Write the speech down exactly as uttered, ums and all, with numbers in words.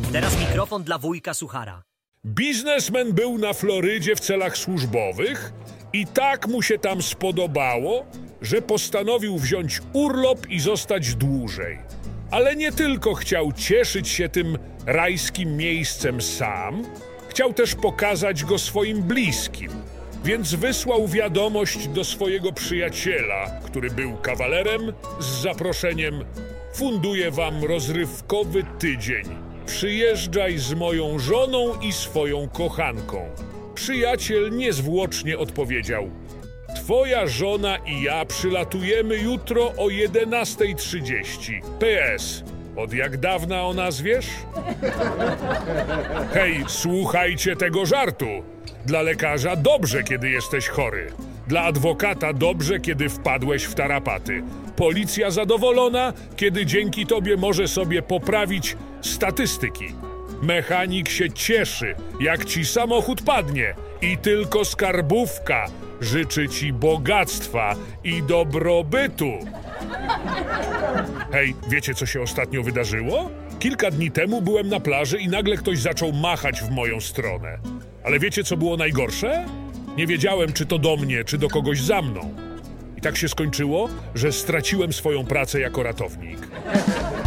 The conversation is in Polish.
Teraz mikrofon dla wujka Suchara. Biznesmen był na Florydzie w celach służbowych i tak mu się tam spodobało, że postanowił wziąć urlop i zostać dłużej. Ale nie tylko chciał cieszyć się tym rajskim miejscem sam, chciał też pokazać go swoim bliskim. Więc wysłał wiadomość do swojego przyjaciela, który był kawalerem, z zaproszeniem: funduję wam rozrywkowy tydzień. Przyjeżdżaj z moją żoną i swoją kochanką. Przyjaciel niezwłocznie odpowiedział: twoja żona i ja przylatujemy jutro o jedenastej trzydzieści. P S. Od jak dawna o nas wiesz? Hej, słuchajcie tego żartu. Dla lekarza dobrze, kiedy jesteś chory. Dla adwokata dobrze, kiedy wpadłeś w tarapaty. Policja zadowolona, kiedy dzięki tobie może sobie poprawić statystyki. Mechanik się cieszy, jak ci samochód padnie. I tylko skarbówka życzy ci bogactwa i dobrobytu. Hej, wiecie, co się ostatnio wydarzyło? Kilka dni temu byłem na plaży i nagle ktoś zaczął machać w moją stronę. Ale wiecie, co było najgorsze? Nie wiedziałem, czy to do mnie, czy do kogoś za mną. I tak się skończyło, że straciłem swoją pracę jako ratownik.